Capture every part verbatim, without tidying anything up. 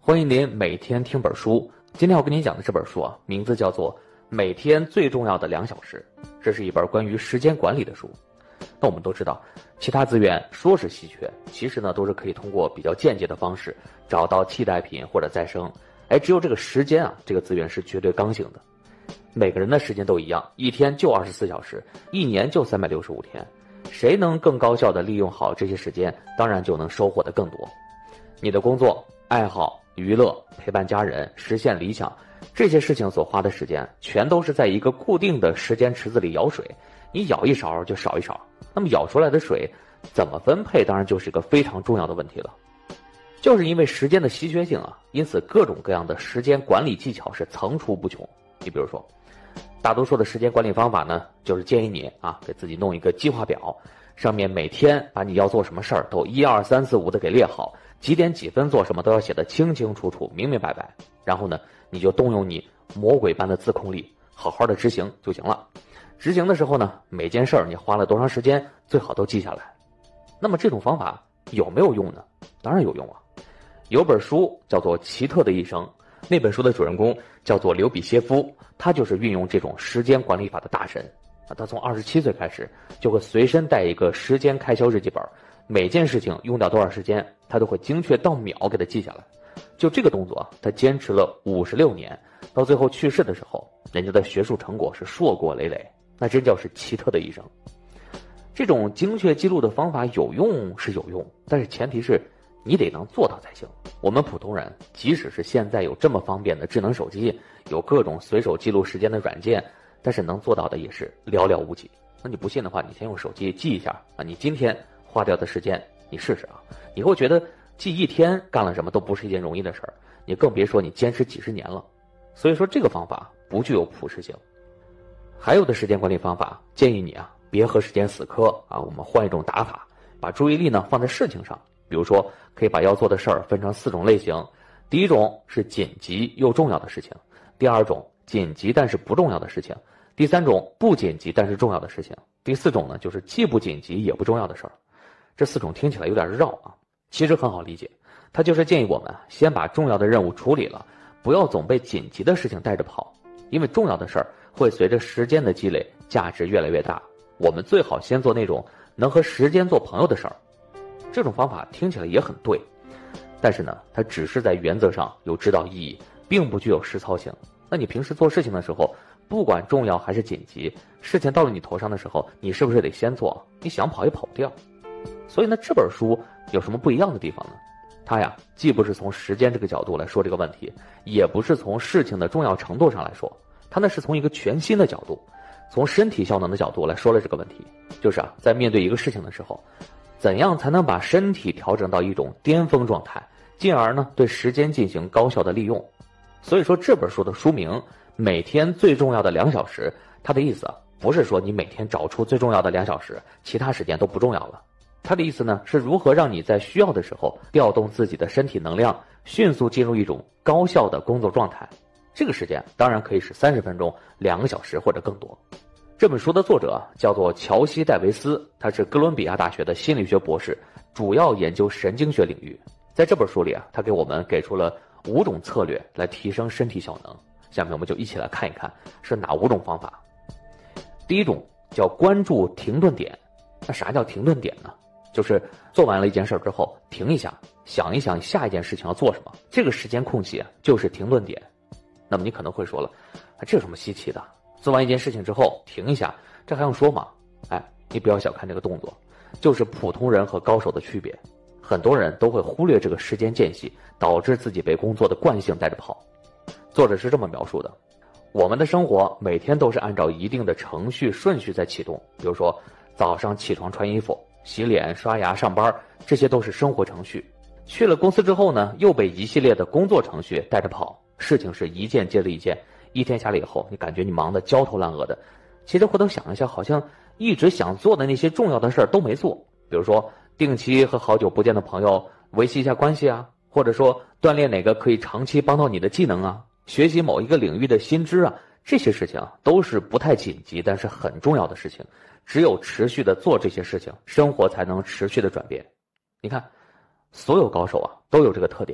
欢迎您每天听本书。今天要跟您讲的这本书啊，名字叫做《每天最重要的两小时》，这是一本关于时间管理的书。那我们都知道，其他资源说是稀缺，其实呢都是可以通过比较间接的方式找到替代品或者再生。哎，只有这个时间啊，这个资源是绝对刚性的。每个人的时间都一样，一天就二十四小时，一年就三百六十五天。谁能更高效地利用好这些时间，当然就能收获的更多。你的工作、爱好、娱乐、陪伴家人、实现理想，这些事情所花的时间，全都是在一个固定的时间池子里舀水，你舀一勺就少一勺。那么舀出来的水怎么分配，当然就是一个非常重要的问题了。就是因为时间的稀缺性啊，因此各种各样的时间管理技巧是层出不穷。你比如说，大多数的时间管理方法呢，就是建议你啊，给自己弄一个计划表，上面每天把你要做什么事儿都一二三四五的给列好，几点几分做什么都要写得清清楚楚、明明白白。然后呢，你就动用你魔鬼般的自控力，好好的执行就行了。执行的时候呢，每件事儿你花了多长时间，最好都记下来。那么这种方法有没有用呢？当然有用啊。有本书叫做《奇特的一生》，那本书的主人公叫做刘比歇夫，他就是运用这种时间管理法的大神啊。他从二十七岁开始就会随身带一个时间开销日记本，每件事情用掉多少时间，他都会精确到秒给他记下来。就这个动作，他坚持了五十六年，到最后去世的时候，人家的学术成果是硕果累累，那真叫是奇特的一生。这种精确记录的方法有用是有用，但是前提是你得能做到才行。我们普通人，即使是现在有这么方便的智能手机，有各种随手记录时间的软件，但是能做到的也是寥寥无几。那你不信的话，你先用手机记一下啊，你今天花掉的时间，你试试啊，你会觉得记一天干了什么都不是一件容易的事儿，你更别说你坚持几十年了。所以说这个方法不具有普适性。还有的时间管理方法，建议你啊，别和时间死磕啊，我们换一种打法，把注意力呢放在事情上。比如说，可以把要做的事儿分成四种类型。第一种是紧急又重要的事情，第二种紧急但是不重要的事情，第三种不紧急但是重要的事情，第四种呢就是既不紧急也不重要的事儿。这四种听起来有点绕啊，其实很好理解，它就是建议我们先把重要的任务处理了，不要总被紧急的事情带着跑，因为重要的事儿会随着时间的积累，价值越来越大。我们最好先做那种能和时间做朋友的事儿。这种方法听起来也很对，但是呢，它只是在原则上有指导意义，并不具有实操性。那你平时做事情的时候，不管重要还是紧急，事情到了你头上的时候，你是不是得先做？你想跑也跑不掉。所以呢，这本书有什么不一样的地方呢？它呀，既不是从时间这个角度来说这个问题，也不是从事情的重要程度上来说，它呢是从一个全新的角度，从身体效能的角度来说了这个问题。就是啊，在面对一个事情的时候，怎样才能把身体调整到一种巅峰状态，进而呢对时间进行高效的利用。所以说这本书的书名每天最重要的两小时，它的意思啊，不是说你每天找出最重要的两小时，其他时间都不重要了。它的意思呢，是如何让你在需要的时候调动自己的身体能量，迅速进入一种高效的工作状态。这个时间当然可以是三十分钟、两个小时或者更多。这本书的作者叫做乔西·戴维斯，他是哥伦比亚大学的心理学博士，主要研究神经学领域。在这本书里啊，他给我们给出了五种策略来提升身体效能。下面我们就一起来看一看是哪五种方法。第一种叫关注停顿点。那啥叫停顿点呢？就是做完了一件事之后停一下，想一想下一件事情要做什么，这个时间空隙啊就是停顿点。那么你可能会说了，啊，这有什么稀奇的？做完一件事情之后停一下，这还用说吗？哎，你不要小看这个动作，就是普通人和高手的区别。很多人都会忽略这个时间间隙，导致自己被工作的惯性带着跑。作者是这么描述的：我们的生活每天都是按照一定的程序顺序在启动，比如说早上起床穿衣服、洗脸、刷牙、上班，这些都是生活程序。去了公司之后呢，又被一系列的工作程序带着跑，事情是一件接着一件。一天下来以后，你感觉你忙得焦头烂额的，其实回头想一下，好像一直想做的那些重要的事儿都没做。比如说定期和好久不见的朋友维系一下关系啊，或者说锻炼哪个可以长期帮到你的技能啊，学习某一个领域的新知啊，这些事情啊都是不太紧急但是很重要的事情。只有持续的做这些事情，生活才能持续的转变。你看，所有高手啊都有这个特点，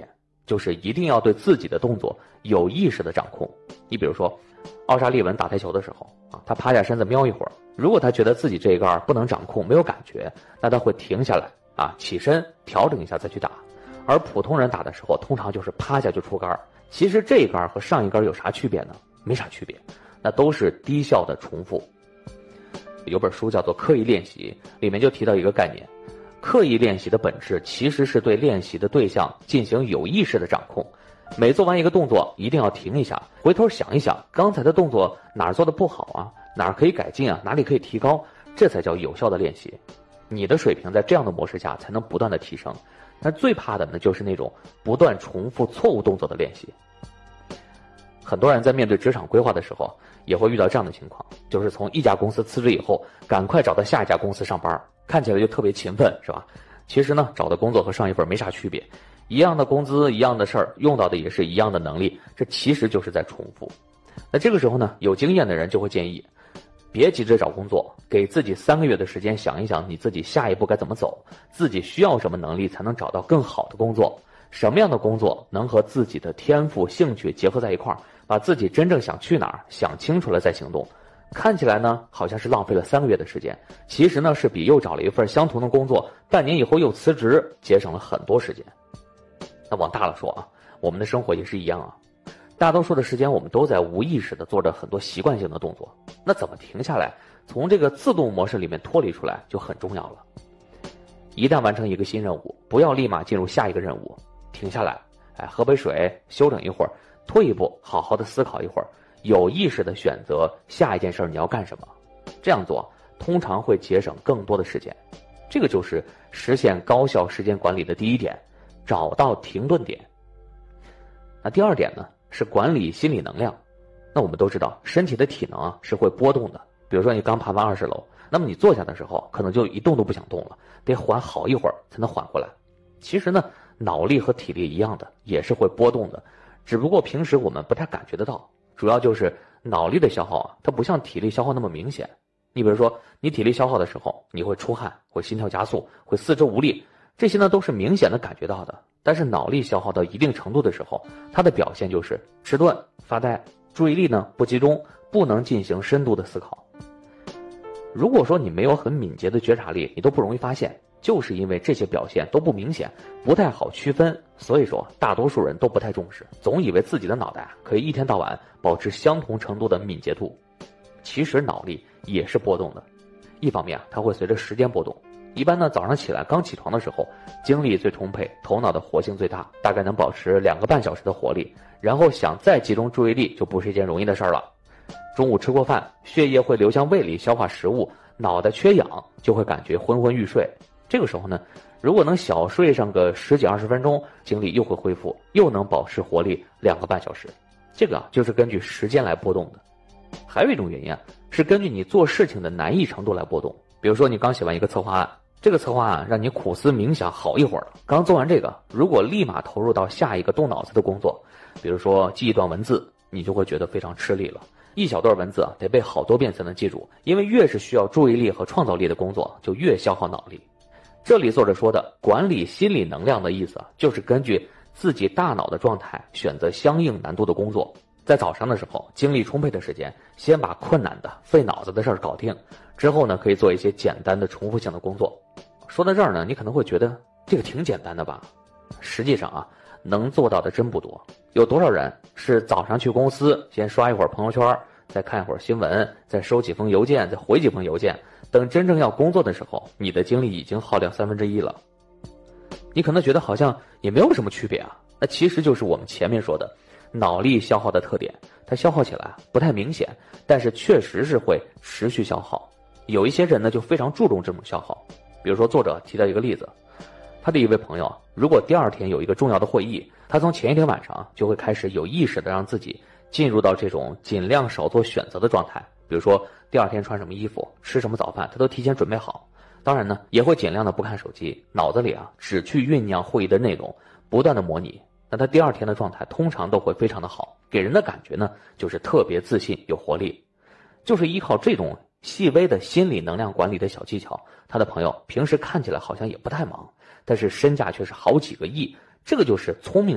就是一定要对自己的动作有意识的掌控。你比如说奥沙利文打台球的时候啊，他趴下身子瞄一会儿，如果他觉得自己这一杆不能掌控，没有感觉，那他会停下来啊，起身调整一下再去打。而普通人打的时候通常就是趴下就出杆，其实这一杆和上一杆有啥区别呢？没啥区别，那都是低效的重复。有本书叫做《刻意练习》，里面就提到一个概念，刻意练习的本质其实是对练习的对象进行有意识的掌控。每做完一个动作一定要停一下，回头想一想刚才的动作哪儿做的不好啊，哪儿可以改进啊，哪里可以提高，这才叫有效的练习。你的水平在这样的模式下才能不断的提升。但最怕的呢就是那种不断重复错误动作的练习。很多人在面对职场规划的时候也会遇到这样的情况，就是从一家公司辞职以后赶快找到下一家公司上班，看起来就特别勤奋，是吧？其实呢找的工作和上一份没啥区别，一样的工资，一样的事儿，用到的也是一样的能力，这其实就是在重复。那这个时候呢，有经验的人就会建议，别急着找工作，给自己三个月的时间想一想你自己下一步该怎么走，自己需要什么能力才能找到更好的工作，什么样的工作能和自己的天赋兴趣结合在一块儿，把自己真正想去哪儿想清楚了再行动。看起来呢好像是浪费了三个月的时间，其实呢是比又找了一份相同的工作半年以后又辞职节省了很多时间。那往大了说啊，我们的生活也是一样啊，大多数的时间我们都在无意识的做着很多习惯性的动作，那怎么停下来从这个自动模式里面脱离出来就很重要了。一旦完成一个新任务，不要立马进入下一个任务，停下来，哎，喝杯水，休整一会儿，退一步，好好的思考一会儿，有意识的选择下一件事你要干什么。这样做通常会节省更多的时间。这个就是实现高效时间管理的第一点，找到停顿点。那第二点呢是管理心理能量。那我们都知道身体的体能啊是会波动的，比如说你刚爬完二十楼，那么你坐下的时候可能就一动都不想动了，得缓好一会儿才能缓过来。其实呢脑力和体力一样的，也是会波动的，只不过平时我们不太感觉得到，主要就是脑力的消耗啊，它不像体力消耗那么明显。你比如说你体力消耗的时候，你会出汗，会心跳加速，会四肢无力，这些呢都是明显的感觉到的。但是脑力消耗到一定程度的时候，它的表现就是迟钝、发呆，注意力呢不集中，不能进行深度的思考。如果说你没有很敏捷的觉察力，你都不容易发现，就是因为这些表现都不明显，不太好区分，所以说大多数人都不太重视，总以为自己的脑袋可以一天到晚保持相同程度的敏捷度。其实脑力也是波动的，一方面啊，它会随着时间波动。一般呢，早上起来刚起床的时候，精力最充沛，头脑的活性最大，大概能保持两个半小时的活力，然后想再集中注意力就不是一件容易的事儿了。中午吃过饭，血液会流向胃里消化食物，脑袋缺氧就会感觉昏昏欲睡。这个时候呢，如果能小睡上个十几二十分钟，精力又会恢复，又能保持活力两个半小时。这个啊，就是根据时间来波动的。还有一种原因啊，是根据你做事情的难易程度来波动。比如说你刚写完一个策划案，这个策划案让你苦思冥想好一会儿了，刚做完这个，如果立马投入到下一个动脑子的工作，比如说记一段文字，你就会觉得非常吃力了。一小段文字啊，得背好多遍才能记住，因为越是需要注意力和创造力的工作，就越消耗脑力。这里作者说的管理心理能量的意思啊，就是根据自己大脑的状态选择相应难度的工作。在早上的时候，精力充沛的时间，先把困难的费脑子的事儿搞定，之后呢，可以做一些简单的重复性的工作。说到这儿呢，你可能会觉得这个挺简单的吧？实际上啊，能做到的真不多。有多少人是早上去公司，先刷一会儿朋友圈，再看一会儿新闻，再收几封邮件，再回几封邮件，等真正要工作的时候，你的精力已经耗掉三分之一了。你可能觉得好像也没有什么区别啊，那其实就是我们前面说的脑力消耗的特点，它消耗起来不太明显，但是确实是会持续消耗。有一些人呢就非常注重这种消耗，比如说作者提到一个例子，他的一位朋友，如果第二天有一个重要的会议，他从前一天晚上就会开始有意识的让自己进入到这种尽量少做选择的状态，比如说第二天穿什么衣服，吃什么早饭，他都提前准备好。当然呢，也会尽量的不看手机，脑子里啊只去酝酿会议的内容，不断的模拟。那他第二天的状态通常都会非常的好，给人的感觉呢就是特别自信有活力。就是依靠这种细微的心理能量管理的小技巧，他的朋友平时看起来好像也不太忙，但是身价却是好几个亿。这个就是聪明人啊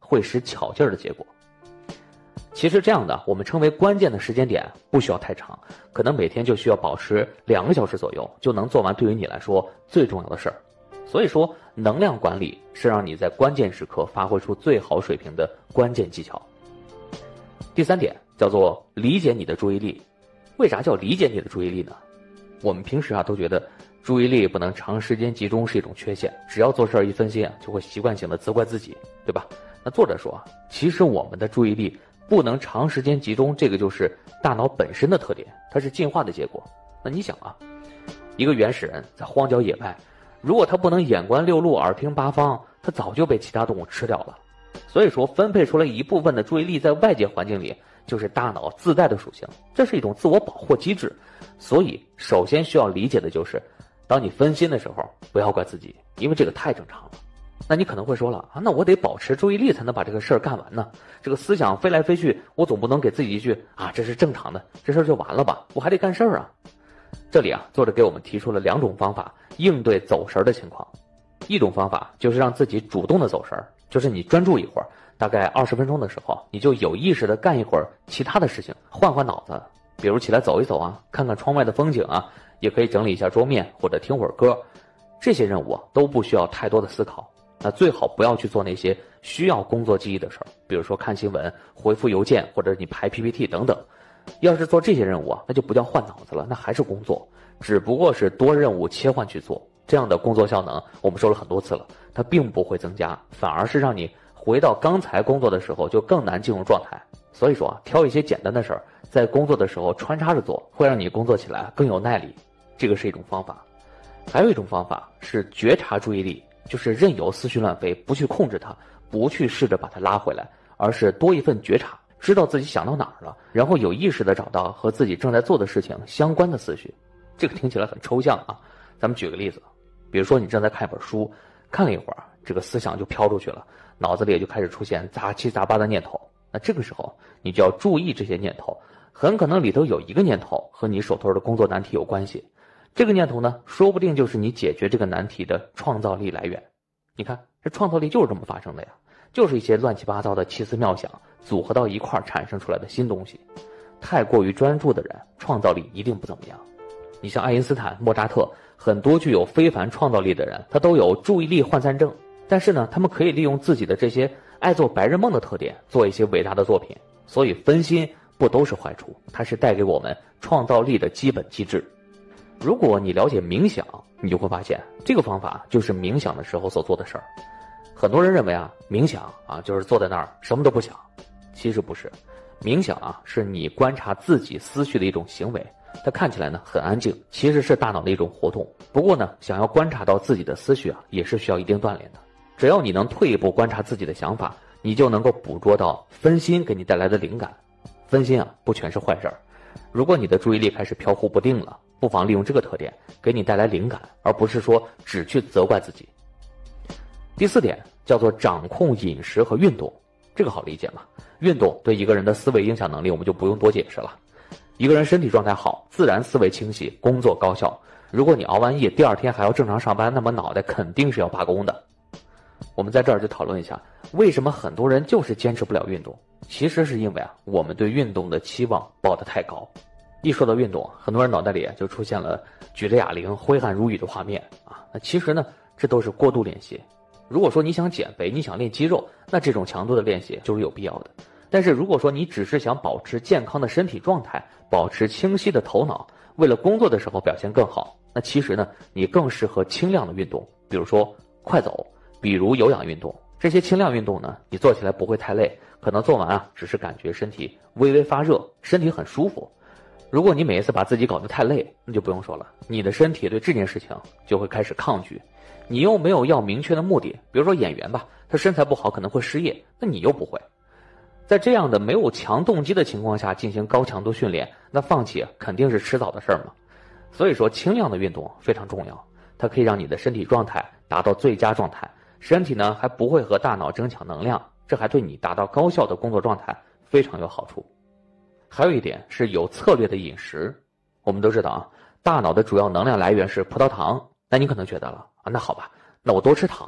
会使巧劲儿的结果。其实这样的我们称为关键的时间点不需要太长，可能每天就需要保持两个小时左右，就能做完对于你来说最重要的事儿。所以说能量管理是让你在关键时刻发挥出最好水平的关键技巧。第三点叫做理解你的注意力。为啥叫理解你的注意力呢？我们平时啊都觉得注意力不能长时间集中是一种缺陷，只要做事儿一分心啊，就会习惯性的责怪自己，对吧？那作者说啊，其实我们的注意力不能长时间集中，这个就是大脑本身的特点，它是进化的结果。那你想啊，一个原始人在荒郊野外，如果他不能眼观六路，耳听八方，他早就被其他动物吃掉了。所以说分配出来一部分的注意力在外界环境里，就是大脑自带的属性，这是一种自我保护机制。所以首先需要理解的就是，当你分心的时候，不要怪自己，因为这个太正常了。那你可能会说了啊，那我得保持注意力才能把这个事儿干完呢。这个思想飞来飞去，我总不能给自己一句啊，这是正常的，这事儿就完了吧？我还得干事儿啊。这里啊，作者给我们提出了两种方法应对走神的情况。一种方法就是让自己主动的走神，就是你专注一会儿，大概二十分钟的时候，你就有意识的干一会儿其他的事情，换换脑子，比如起来走一走啊，看看窗外的风景啊，也可以整理一下桌面或者听会儿歌。这些任务啊都不需要太多的思考。那最好不要去做那些需要工作记忆的事儿，比如说看新闻、回复邮件或者你排 P P T 等等。要是做这些任务啊，那就不叫换脑子了，那还是工作，只不过是多任务切换去做。这样的工作效能我们说了很多次了，它并不会增加，反而是让你回到刚才工作的时候就更难进入状态。所以说啊，挑一些简单的事儿，在工作的时候穿插着做，会让你工作起来更有耐力。这个是一种方法。还有一种方法是觉察注意力，就是任由思绪乱飞，不去控制它，不去试着把它拉回来，而是多一份觉察，知道自己想到哪儿了，然后有意识地找到和自己正在做的事情相关的思绪。这个听起来很抽象啊，咱们举个例子，比如说你正在看一本书，看了一会儿，这个思想就飘出去了，脑子里也就开始出现杂七杂八的念头。那这个时候你就要注意这些念头，很可能里头有一个念头和你手头的工作难题有关系。这个念头呢，说不定就是你解决这个难题的创造力来源。你看，这创造力就是这么发生的呀，就是一些乱七八糟的奇思妙想组合到一块儿产生出来的新东西。太过于专注的人，创造力一定不怎么样。你像爱因斯坦、莫扎特，很多具有非凡创造力的人，他都有注意力涣散症，但是呢，他们可以利用自己的这些爱做白日梦的特点，做一些伟大的作品。所以分心不都是坏处，它是带给我们创造力的基本机制。如果你了解冥想，你就会发现这个方法就是冥想的时候所做的事儿。很多人认为啊，冥想啊就是坐在那儿什么都不想，其实不是。冥想啊是你观察自己思绪的一种行为，它看起来呢很安静，其实是大脑的一种活动。不过呢，想要观察到自己的思绪啊，也是需要一定锻炼的。只要你能退一步观察自己的想法，你就能够捕捉到分心给你带来的灵感。分心啊不全是坏事儿，如果你的注意力开始飘忽不定了，不妨利用这个特点给你带来灵感，而不是说只去责怪自己。第四点叫做掌控饮食和运动，这个好理解嘛，运动对一个人的思维影响能力我们就不用多解释了。一个人身体状态好，自然思维清晰，工作高效。如果你熬完夜第二天还要正常上班，那么脑袋肯定是要罢工的。我们在这儿就讨论一下，为什么很多人就是坚持不了运动。其实是因为啊，我们对运动的期望抱得太高。一说到运动，很多人脑袋里就出现了举着哑铃挥汗如雨的画面啊。那其实呢，这都是过度练习。如果说你想减肥，你想练肌肉，那这种强度的练习就是有必要的。但是如果说你只是想保持健康的身体状态，保持清晰的头脑，为了工作的时候表现更好，那其实呢，你更适合轻量的运动，比如说快走，比如有氧运动。这些轻量运动呢，你做起来不会太累，可能做完啊，只是感觉身体微微发热，身体很舒服。如果你每一次把自己搞得太累，那就不用说了，你的身体对这件事情就会开始抗拒。你又没有要明确的目的，比如说演员吧，他身材不好可能会失业，那你又不会。在这样的没有强动机的情况下进行高强度训练，那放弃肯定是迟早的事儿嘛。所以说轻量的运动非常重要，它可以让你的身体状态达到最佳状态，身体呢还不会和大脑争抢能量，这还对你达到高效的工作状态非常有好处。还有一点是有策略的饮食。我们都知道啊，大脑的主要能量来源是葡萄糖。那你可能觉得了啊，那好吧，那我多吃糖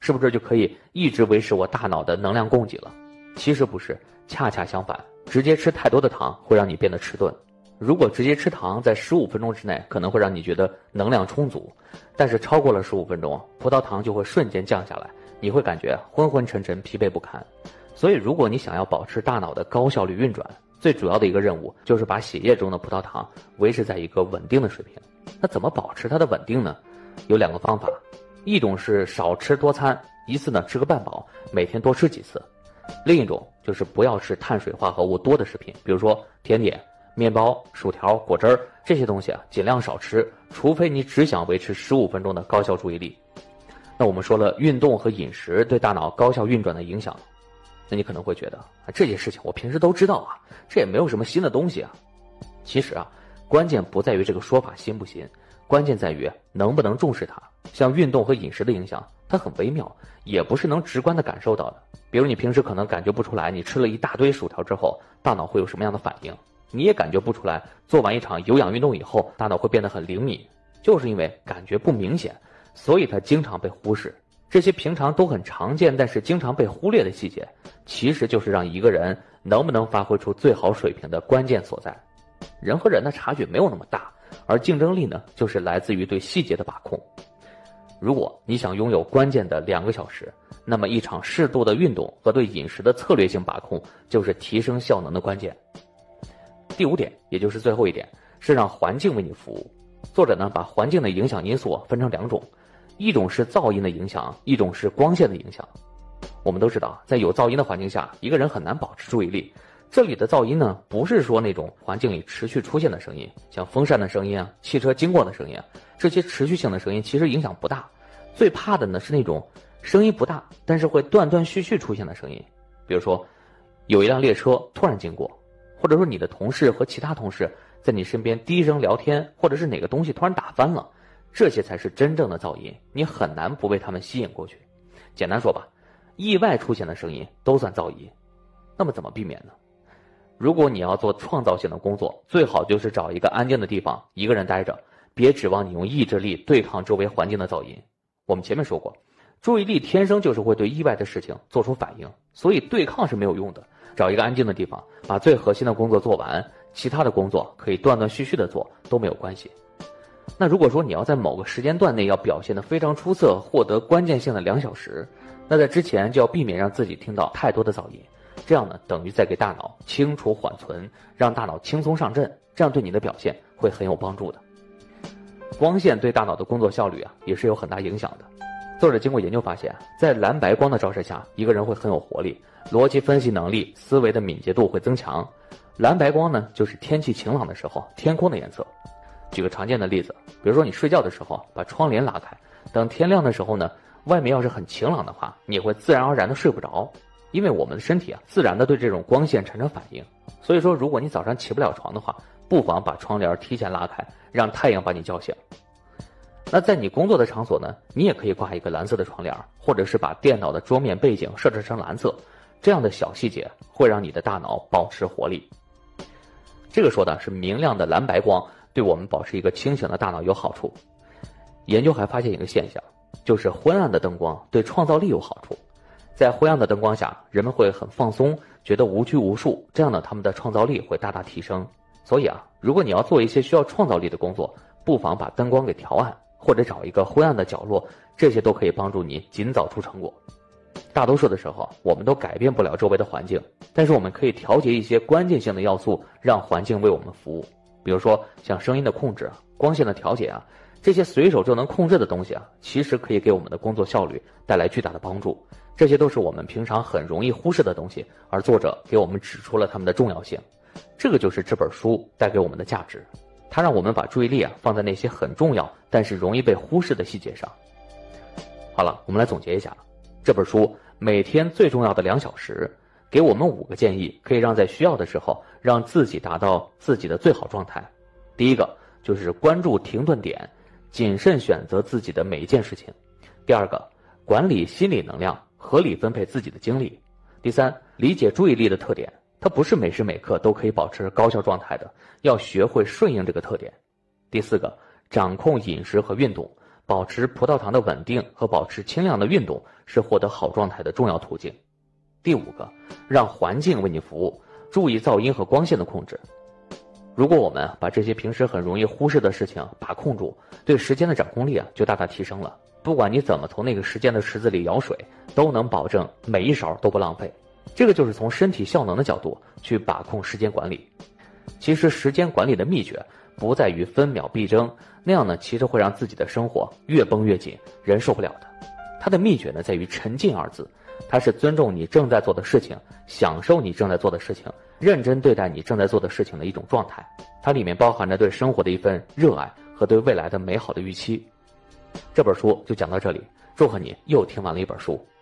是不是就可以一直维持我大脑的能量供给了？其实不是，恰恰相反，直接吃太多的糖会让你变得迟钝。如果直接吃糖，在十五分钟之内可能会让你觉得能量充足，但是超过了十五分钟，葡萄糖就会瞬间降下来，你会感觉昏昏沉沉、疲惫不堪。所以如果你想要保持大脑的高效率运转，最主要的一个任务就是把血液中的葡萄糖维持在一个稳定的水平。那怎么保持它的稳定呢？有两个方法，一种是少吃多餐，一次呢吃个半饱，每天多吃几次。另一种就是不要吃碳水化合物多的食品，比如说甜点、面包、薯条、果汁儿这些东西啊，尽量少吃，除非你只想维持十五分钟的高效注意力。那我们说了运动和饮食对大脑高效运转的影响，那你可能会觉得啊，这些事情我平时都知道啊，这也没有什么新的东西啊。其实啊，关键不在于这个说法新不新，关键在于能不能重视它。像运动和饮食的影响，它很微妙，也不是能直观的感受到的。比如你平时可能感觉不出来，你吃了一大堆薯条之后，大脑会有什么样的反应，你也感觉不出来，做完一场有氧运动以后，大脑会变得很灵敏，就是因为感觉不明显，所以它经常被忽视。这些平常都很常见，但是经常被忽略的细节，其实就是让一个人能不能发挥出最好水平的关键所在。人和人的差距没有那么大，而竞争力呢，就是来自于对细节的把控。如果你想拥有关键的两个小时，那么一场适度的运动和对饮食的策略性把控，就是提升效能的关键。第五点，也就是最后一点，是让环境为你服务。作者呢，把环境的影响因素分成两种，一种是噪音的影响，一种是光线的影响。我们都知道，在有噪音的环境下，一个人很难保持注意力。这里的噪音呢，不是说那种环境里持续出现的声音，像风扇的声音啊、汽车经过的声音啊，这些持续性的声音其实影响不大。最怕的呢是那种声音不大，但是会断断续续出现的声音。比如说，有一辆列车突然经过，或者说你的同事和其他同事在你身边低声聊天，或者是哪个东西突然打翻了，这些才是真正的噪音，你很难不被他们吸引过去。简单说吧，意外出现的声音都算噪音。那么怎么避免呢？如果你要做创造性的工作，最好就是找一个安静的地方，一个人待着，别指望你用意志力对抗周围环境的噪音。我们前面说过，注意力天生就是会对意外的事情做出反应，所以对抗是没有用的。找一个安静的地方，把最核心的工作做完，其他的工作可以断断续续的做，都没有关系。那如果说你要在某个时间段内要表现得非常出色，获得关键性的两小时，那在之前就要避免让自己听到太多的噪音，这样呢，等于在给大脑清除缓存，让大脑轻松上阵，这样对你的表现会很有帮助的。光线对大脑的工作效率啊，也是有很大影响的。作者经过研究发现，在蓝白光的照射下，一个人会很有活力，逻辑分析能力、思维的敏捷度会增强。蓝白光呢，就是天气晴朗的时候天空的颜色。举个常见的例子，比如说你睡觉的时候把窗帘拉开，等天亮的时候呢，外面要是很晴朗的话，你会自然而然的睡不着，因为我们的身体啊，自然的对这种光线产生反应。所以说，如果你早上起不了床的话，不妨把窗帘提前拉开，让太阳把你叫醒。那在你工作的场所呢，你也可以挂一个蓝色的窗帘，或者是把电脑的桌面背景设置成蓝色，这样的小细节会让你的大脑保持活力。这个说的是明亮的蓝白光对我们保持一个清醒的大脑有好处。研究还发现一个现象，就是昏暗的灯光对创造力有好处。在灰暗的灯光下，人们会很放松，觉得无拘无束，这样呢，他们的创造力会大大提升。所以啊，如果你要做一些需要创造力的工作，不妨把灯光给调暗，或者找一个灰暗的角落，这些都可以帮助你尽早出成果。大多数的时候，我们都改变不了周围的环境，但是我们可以调节一些关键性的要素，让环境为我们服务。比如说像声音的控制、光线的调节啊，这些随手就能控制的东西啊，其实可以给我们的工作效率带来巨大的帮助。这些都是我们平常很容易忽视的东西，而作者给我们指出了它们的重要性。这个就是这本书带给我们的价值，它让我们把注意力啊放在那些很重要但是容易被忽视的细节上。好了，我们来总结一下，这本书每天最重要的两小时，给我们五个建议，可以让在需要的时候让自己达到自己的最好状态。第一个就是关注停顿点，谨慎选择自己的每一件事情。第二个，管理心理能量，合理分配自己的精力。第三，理解注意力的特点，它不是每时每刻都可以保持高效状态的，要学会顺应这个特点。第四个，掌控饮食和运动， 保持葡萄糖的稳定和保持轻量的运动是获得好状态的重要途径。第五个，让环境为你服务，注意噪音和光线的控制。如果我们把这些平时很容易忽视的事情把控住，对时间的掌控力啊就大大提升了。不管你怎么从那个时间的池子里舀水，都能保证每一勺都不浪费。这个就是从身体效能的角度去把控时间管理。其实时间管理的秘诀不在于分秒必争，那样呢其实会让自己的生活越绷越紧，人受不了的。它的秘诀呢在于沉浸二字，它是尊重你正在做的事情，享受你正在做的事情，认真对待你正在做的事情的一种状态。它里面包含着对生活的一份热爱和对未来的美好的预期。这本书就讲到这里，祝贺你又听完了一本书。